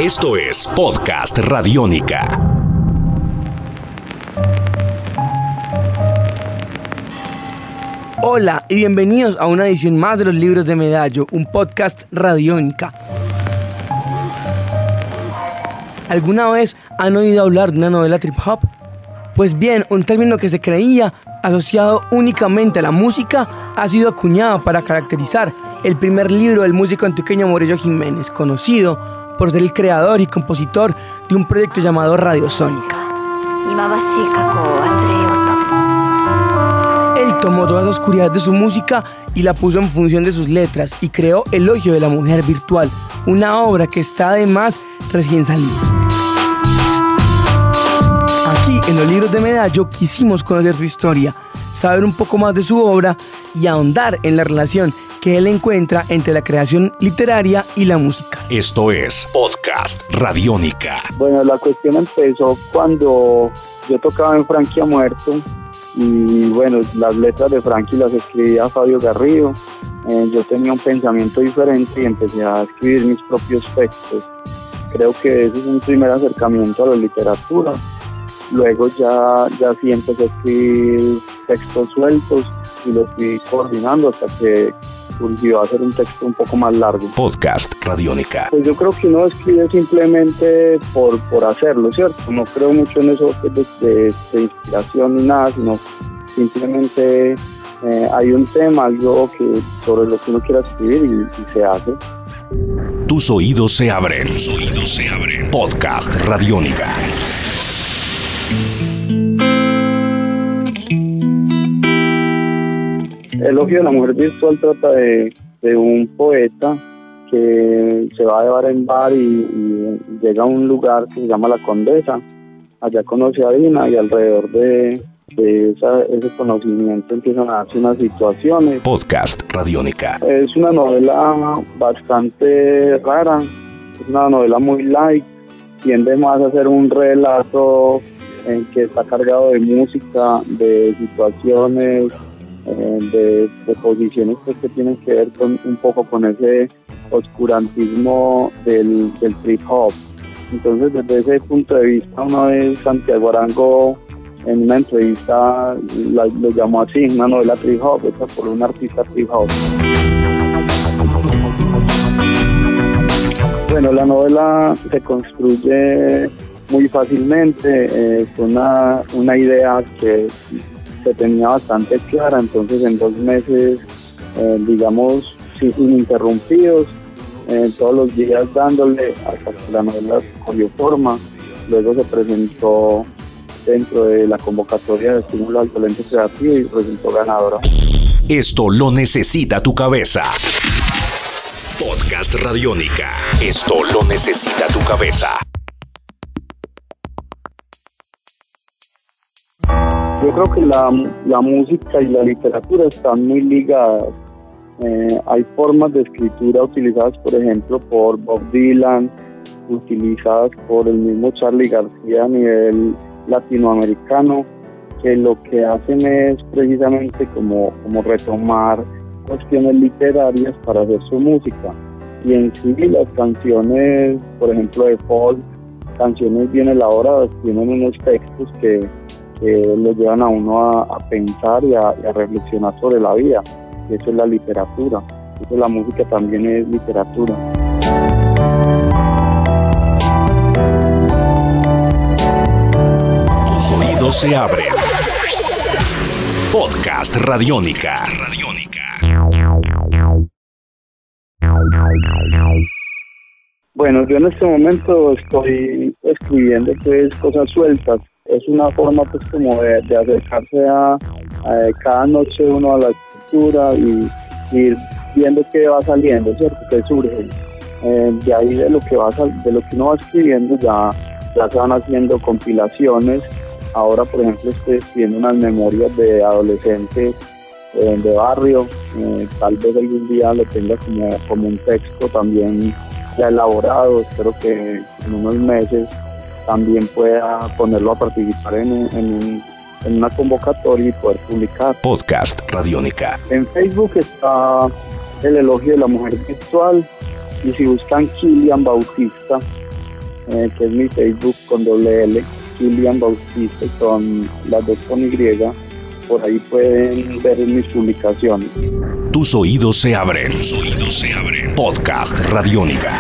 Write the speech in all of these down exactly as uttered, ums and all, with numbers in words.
Esto es Podcast Radiónica. Hola y bienvenidos a una edición más de los Libros de Medallo, un podcast Radiónica. ¿Alguna vez han oído hablar de una novela trip hop? Pues bien, un término que se creía asociado únicamente a la música ha sido acuñado para caracterizar el primer libro del músico antioqueño Morillo Jiménez, conocido por ser el creador y compositor de un proyecto llamado Radiosónica. Él tomó toda la oscuridad de su música y la puso en función de sus letras y creó Elogio de la Mujer Virtual, una obra que está además recién salida. Aquí en los Libros de Medallo quisimos conocer su historia, saber un poco más de su obra y ahondar en la relación que él encuentra entre la creación literaria y la música. Esto es Podcast Radiónica. Bueno, la cuestión empezó cuando yo tocaba en Frankie ha Muerto y bueno, las letras de Frankie las escribía Fabio Garrido. Eh, yo tenía un pensamiento diferente y empecé a escribir mis propios textos. Creo que ese es un primer acercamiento a la literatura. Luego ya, ya sí empecé a escribir textos sueltos y los fui coordinando hasta que surgió a hacer un texto un poco más largo. Podcast Radiónica. Pues yo creo que uno escribe simplemente por, por hacerlo, ¿cierto? No creo mucho en eso de, de, de inspiración ni nada, sino simplemente eh, hay un tema, algo que sobre lo que uno quiera escribir y, y se hace. Tus oídos se abren. Tus oídos se abren. Podcast Radiónica. Elogio de la Mujer Virtual trata de, de un poeta que se va de bar en bar y, y llega a un lugar que se llama La Condesa. Allá conoce a Dina y alrededor de, de esa, ese conocimiento empiezan a darse unas situaciones. Podcast Radiónica. Es una novela bastante rara, es una novela muy light, tiende más a ser un relato en que está cargado de música, de situaciones, eh, de, de posiciones pues, que tienen que ver con un poco con ese oscurantismo del, del trip hop. Entonces, desde ese punto de vista, una vez Santiago Arango en una entrevista la, lo llamó así, una novela trip hop, hecha por un artista trip hop. Bueno, la novela se construye muy fácilmente, es eh, una, una idea que se tenía bastante clara, entonces en dos meses, eh, digamos, ininterrumpidos, eh, todos los días dándole hasta que la novela cogió forma. Luego se presentó dentro de la convocatoria de estímulo al talento creativo y resultó ganadora. Esto lo necesita tu cabeza. Podcast Radiónica. Esto lo necesita tu cabeza. Yo creo que la, la música y la literatura están muy ligadas. Eh, hay formas de escritura utilizadas, por ejemplo, por Bob Dylan, utilizadas por el mismo Charly García a nivel latinoamericano, que lo que hacen es precisamente como, como retomar cuestiones literarias para hacer su música. Y en sí las canciones, por ejemplo, de folk, canciones bien elaboradas, tienen unos textos que, que lo llevan a uno a, a pensar y a, y a reflexionar sobre la vida. Y eso es la literatura. Eso, la música también es literatura. Tus oídos se abren. Podcast Radiónica. Bueno, yo en este momento estoy escribiendo pues cosas sueltas. Es una forma pues como de, de acercarse a, a cada noche uno a la escritura y, y ir viendo qué va saliendo, ¿cierto? Qué surge. Eh, de ahí de lo que va de lo que uno va escribiendo ya, ya se van haciendo compilaciones. Ahora, por ejemplo, estoy escribiendo unas memorias de adolescentes eh, de barrio. Eh, tal vez algún día lo tenga como, como un texto también ya elaborado. Espero que en unos meses también pueda ponerlo a participar en, en, un, en una convocatoria y poder publicar. Podcast Radiónica. En Facebook está el Elogio de la Mujer Virtual y si buscan Kilian Bautista eh, que es mi Facebook con doble L, Kilian Bautista, son las dos con Y. Por ahí pueden ver mis publicaciones. Tus oídos se abren. Tus oídos se abren. Podcast Radiónica.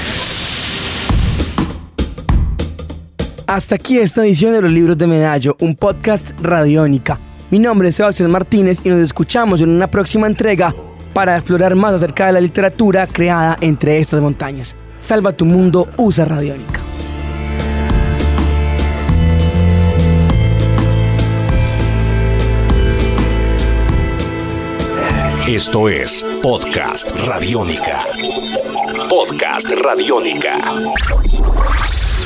Hasta aquí esta edición de Los Libros de Medallo, un podcast Radiónica. Mi nombre es Sebastián Martínez y nos escuchamos en una próxima entrega para explorar más acerca de la literatura creada entre estas montañas. Salva tu mundo, usa Radiónica. Esto es Podcast Radiónica. Podcast Radiónica.